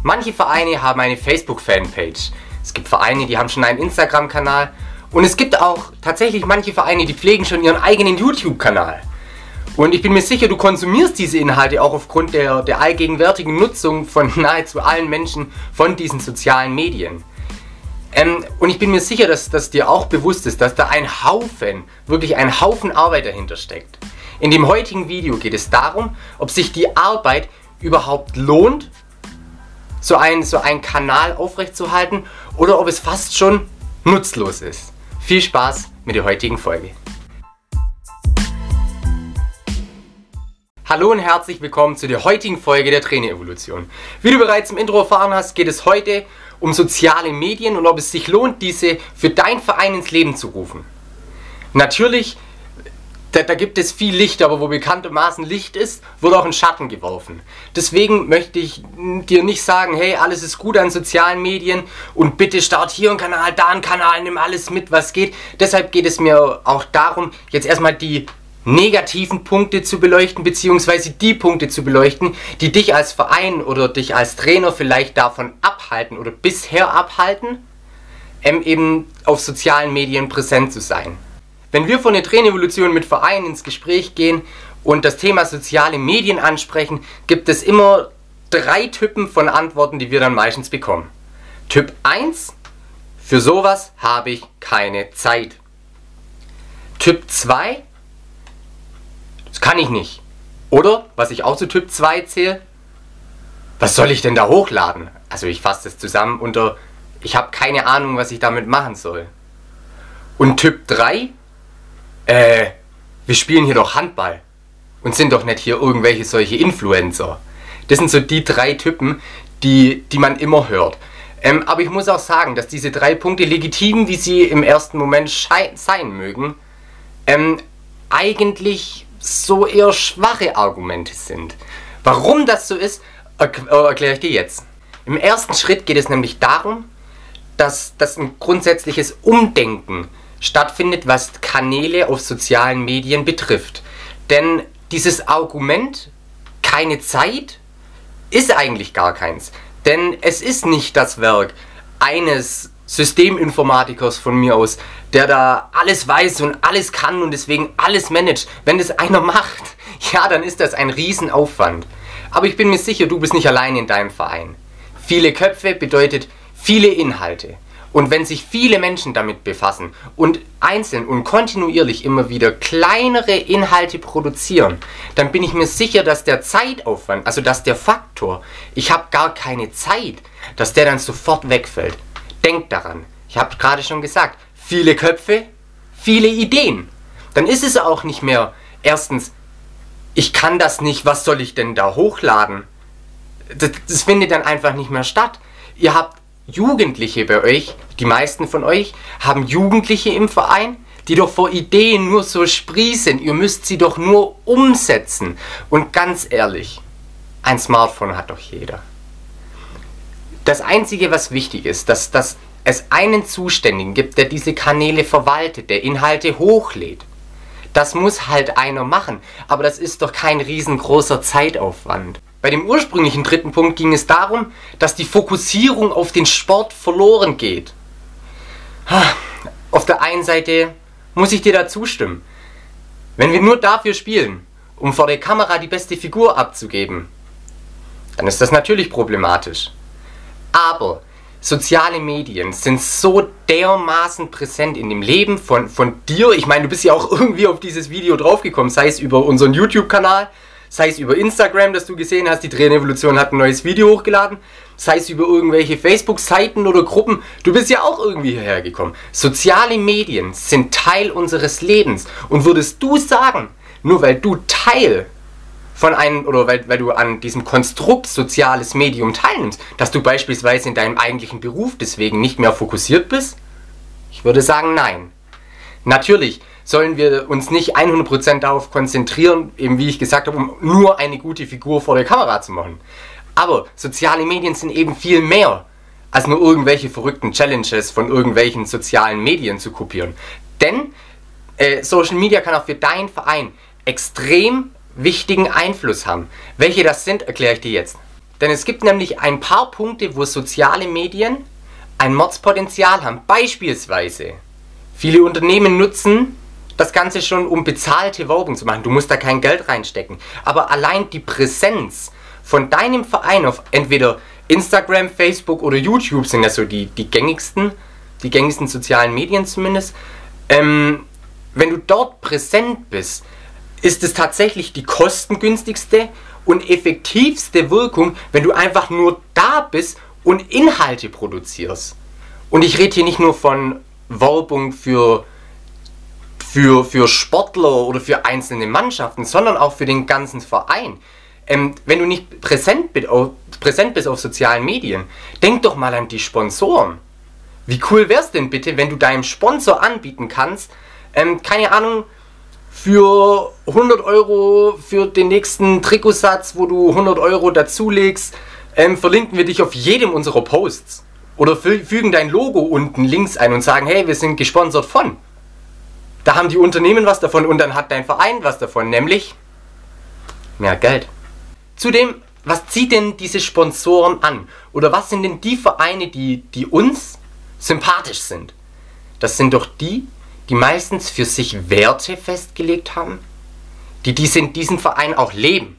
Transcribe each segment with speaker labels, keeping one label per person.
Speaker 1: Manche Vereine haben eine Facebook-Fanpage. Es gibt Vereine, die haben schon einen Instagram-Kanal. Und es gibt auch tatsächlich manche Vereine, die pflegen schon ihren eigenen YouTube-Kanal. Und ich bin mir sicher, du konsumierst diese Inhalte auch aufgrund der allgegenwärtigen Nutzung von nahezu allen Menschen von diesen sozialen Medien. Und ich bin mir sicher, dass dir auch bewusst ist, dass da wirklich ein Haufen Arbeit dahinter steckt. In dem heutigen Video geht es darum, ob sich die Arbeit überhaupt lohnt, so einen Kanal aufrechtzuerhalten, oder ob es fast schon nutzlos ist. Viel Spaß mit der heutigen Folge. Hallo und herzlich willkommen zu der heutigen Folge der Trainerevolution. Wie du bereits im Intro erfahren hast, geht es heute um soziale Medien und ob es sich lohnt, diese für deinen Verein ins Leben zu rufen. Natürlich, da gibt es viel Licht, aber wo bekanntermaßen Licht ist, wird auch ein Schatten geworfen. Deswegen möchte ich dir nicht sagen, hey, alles ist gut an sozialen Medien und bitte start hier einen Kanal, da einen Kanal, nimm alles mit, was geht. Deshalb geht es mir auch darum, jetzt erstmal die negativen Punkte zu beleuchten, beziehungsweise die Punkte zu beleuchten, die dich als Verein oder dich als Trainer vielleicht davon abhalten oder bisher abhalten, eben auf sozialen Medien präsent zu sein. Wenn wir von der Trainerevolution mit Vereinen ins Gespräch gehen und das Thema soziale Medien ansprechen, gibt es immer 3 Typen von Antworten, die wir dann meistens bekommen. Typ 1, für sowas habe ich keine Zeit. Typ 2, das kann ich nicht. Oder, was ich auch zu Typ 2 zähle, was soll ich denn da hochladen? Also ich fasse das zusammen unter, ich habe keine Ahnung, was ich damit machen soll. Und Typ 3, wir spielen hier doch Handball und sind doch nicht hier irgendwelche solche Influencer. Das sind so die 3 Typen, die man immer hört. Aber ich muss auch sagen, dass diese 3 Punkte, legitim wie sie im ersten Moment sein mögen, eigentlich so eher schwache Argumente sind. Warum das so ist, erkläre ich dir jetzt. Im ersten Schritt geht es nämlich darum, dass ein grundsätzliches Umdenken stattfindet, was Kanäle auf sozialen Medien betrifft. Denn dieses Argument, keine Zeit, ist eigentlich gar keins. Denn es ist nicht das Werk eines Systeminformatikers von mir aus, der da alles weiß und alles kann und deswegen alles managt. Wenn das einer macht, ja, dann ist das ein Riesenaufwand. Aber ich bin mir sicher, du bist nicht allein in deinem Verein. Viele Köpfe bedeutet viele Inhalte. Und wenn sich viele Menschen damit befassen und einzeln und kontinuierlich immer wieder kleinere Inhalte produzieren, dann bin ich mir sicher, dass der Zeitaufwand, also dass der Faktor, ich habe gar keine Zeit, dass der dann sofort wegfällt. Denkt daran, ich habe gerade schon gesagt, viele Köpfe, viele Ideen. Dann ist es auch nicht mehr, erstens, ich kann das nicht, was soll ich denn da hochladen? Das findet dann einfach nicht mehr statt. Ihr habt Jugendliche bei euch, die meisten von euch haben Jugendliche im Verein, die doch vor Ideen nur so sprießen. Ihr müsst sie doch nur umsetzen. Und ganz ehrlich, ein Smartphone hat doch jeder. Das Einzige, was wichtig ist, dass es einen Zuständigen gibt, der diese Kanäle verwaltet, der Inhalte hochlädt. Das muss halt einer machen, aber das ist doch kein riesengroßer Zeitaufwand. Bei dem ursprünglichen 3. Punkt ging es darum, dass die Fokussierung auf den Sport verloren geht. Auf der einen Seite muss ich dir da zustimmen. Wenn wir nur dafür spielen, um vor der Kamera die beste Figur abzugeben, dann ist das natürlich problematisch. Aber soziale Medien sind so dermaßen präsent in dem Leben von dir. Ich meine, du bist ja auch irgendwie auf dieses Video draufgekommen, sei es über unseren YouTube-Kanal, sei es über Instagram, dass du gesehen hast, die Trainerevolution hat ein neues Video hochgeladen, sei es über irgendwelche Facebook-Seiten oder Gruppen, du bist ja auch irgendwie hierher gekommen. Soziale Medien sind Teil unseres Lebens. Und würdest du sagen, nur weil du Teil von einem, oder weil du an diesem Konstrukt soziales Medium teilnimmst, dass du beispielsweise in deinem eigentlichen Beruf deswegen nicht mehr fokussiert bist? Ich würde sagen, nein. Natürlich sollen wir uns nicht 100% darauf konzentrieren, eben wie ich gesagt habe, um nur eine gute Figur vor der Kamera zu machen. Aber soziale Medien sind eben viel mehr, als nur irgendwelche verrückten Challenges von irgendwelchen sozialen Medien zu kopieren. Denn Social Media kann auch für deinen Verein extrem wichtigen Einfluss haben. Welche das sind, erkläre ich dir jetzt. Denn es gibt nämlich ein paar Punkte, wo soziale Medien ein Mordspotenzial haben. Beispielsweise, viele Unternehmen nutzen das Ganze schon, um bezahlte Werbung zu machen. Du musst da kein Geld reinstecken. Aber allein die Präsenz von deinem Verein auf entweder Instagram, Facebook oder YouTube sind ja so die gängigsten sozialen Medien zumindest. Wenn du dort präsent bist, ist es tatsächlich die kostengünstigste und effektivste Wirkung, wenn du einfach nur da bist und Inhalte produzierst. Und ich rede hier nicht nur von Werbung für Sportler oder für einzelne Mannschaften, sondern auch für den ganzen Verein. Wenn du nicht präsent bist auf sozialen Medien, denk doch mal an die Sponsoren. Wie cool wär's denn bitte, wenn du deinem Sponsor anbieten kannst, keine Ahnung, für 100 € für den nächsten Trikotsatz, wo du 100 € dazulegst, verlinken wir dich auf jedem unserer Posts. Oder fügen dein Logo unten links ein und sagen, hey, wir sind gesponsert von. Da haben die Unternehmen was davon und dann hat dein Verein was davon, nämlich mehr Geld. Zudem, was zieht denn diese Sponsoren an? Oder was sind denn die Vereine, die uns sympathisch sind? Das sind doch die meistens für sich Werte festgelegt haben, die diesen Verein auch leben.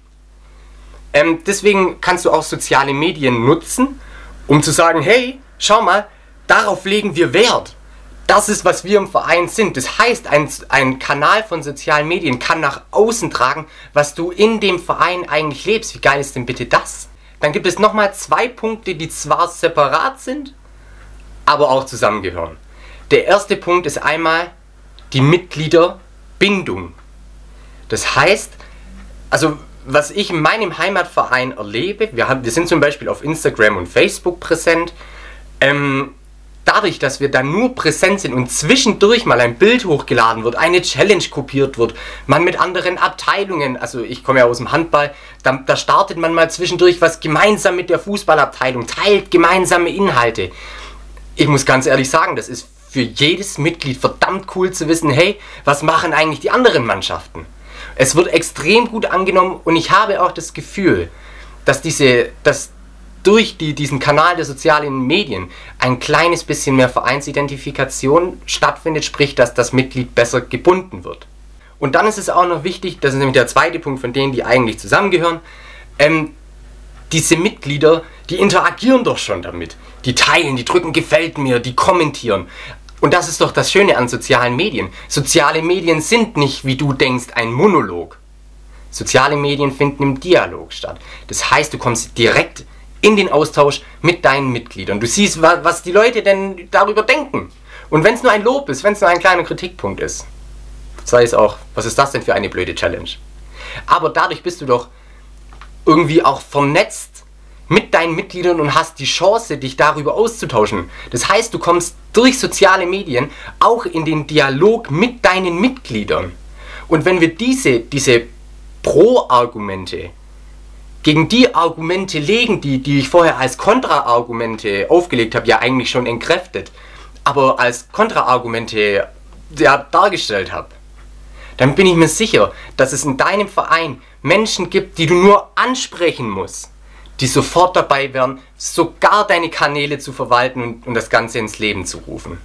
Speaker 1: Deswegen kannst du auch soziale Medien nutzen, um zu sagen, hey, schau mal, darauf legen wir Wert. Das ist, was wir im Verein sind. Das heißt, ein Kanal von sozialen Medien kann nach außen tragen, was du in dem Verein eigentlich lebst. Wie geil ist denn bitte das? Dann gibt es nochmal 2 Punkte, die zwar separat sind, aber auch zusammengehören. Der erste Punkt ist einmal die Mitgliederbindung. Das heißt, also was ich in meinem Heimatverein erlebe, wir sind zum Beispiel auf Instagram und Facebook präsent, dadurch, dass wir da nur präsent sind und zwischendurch mal ein Bild hochgeladen wird, eine Challenge kopiert wird, man mit anderen Abteilungen, also ich komme ja aus dem Handball, da startet man mal zwischendurch was gemeinsam mit der Fußballabteilung, teilt gemeinsame Inhalte. Ich muss ganz ehrlich sagen, das ist für jedes Mitglied verdammt cool zu wissen, hey, was machen eigentlich die anderen Mannschaften? Es wird extrem gut angenommen und ich habe auch das Gefühl, dass durch diesen Kanal der sozialen Medien ein kleines bisschen mehr Vereinsidentifikation stattfindet, sprich, dass das Mitglied besser gebunden wird. Und dann ist es auch noch wichtig, das ist nämlich der zweite Punkt von denen, die eigentlich zusammengehören, diese Mitglieder, die interagieren doch schon damit. Die teilen, die drücken gefällt mir, die kommentieren. Und das ist doch das Schöne an sozialen Medien. Soziale Medien sind nicht, wie du denkst, ein Monolog. Soziale Medien finden im Dialog statt. Das heißt, du kommst direkt in den Austausch mit deinen Mitgliedern. Du siehst, was die Leute denn darüber denken. Und wenn es nur ein Lob ist, wenn es nur ein kleiner Kritikpunkt ist, sei es auch, was ist das denn für eine blöde Challenge? Aber dadurch bist du doch irgendwie auch vernetzt mit deinen Mitgliedern und hast die Chance, dich darüber auszutauschen. Das heißt, du kommst durch soziale Medien auch in den Dialog mit deinen Mitgliedern. Und wenn wir diese Pro-Argumente gegen die Argumente legen, die ich vorher als Kontra-Argumente aufgelegt habe, ja eigentlich schon entkräftet, aber als Kontra-Argumente dargestellt habe, dann bin ich mir sicher, dass es in deinem Verein Menschen gibt, die du nur ansprechen musst, die sofort dabei wären, sogar deine Kanäle zu verwalten und das Ganze ins Leben zu rufen.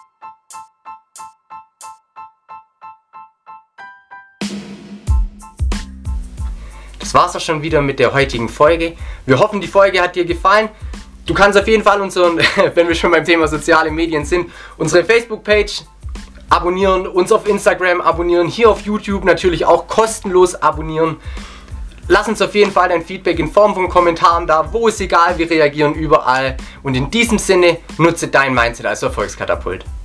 Speaker 1: Das war's auch schon wieder mit der heutigen Folge. Wir hoffen, die Folge hat dir gefallen. Du kannst auf jeden Fall wenn wir schon beim Thema soziale Medien sind, unsere Facebook-Page abonnieren, uns auf Instagram abonnieren, hier auf YouTube natürlich auch kostenlos abonnieren. Lass uns auf jeden Fall dein Feedback in Form von Kommentaren da, wo ist egal, wir reagieren überall. Und in diesem Sinne, nutze dein Mindset als Erfolgskatapult.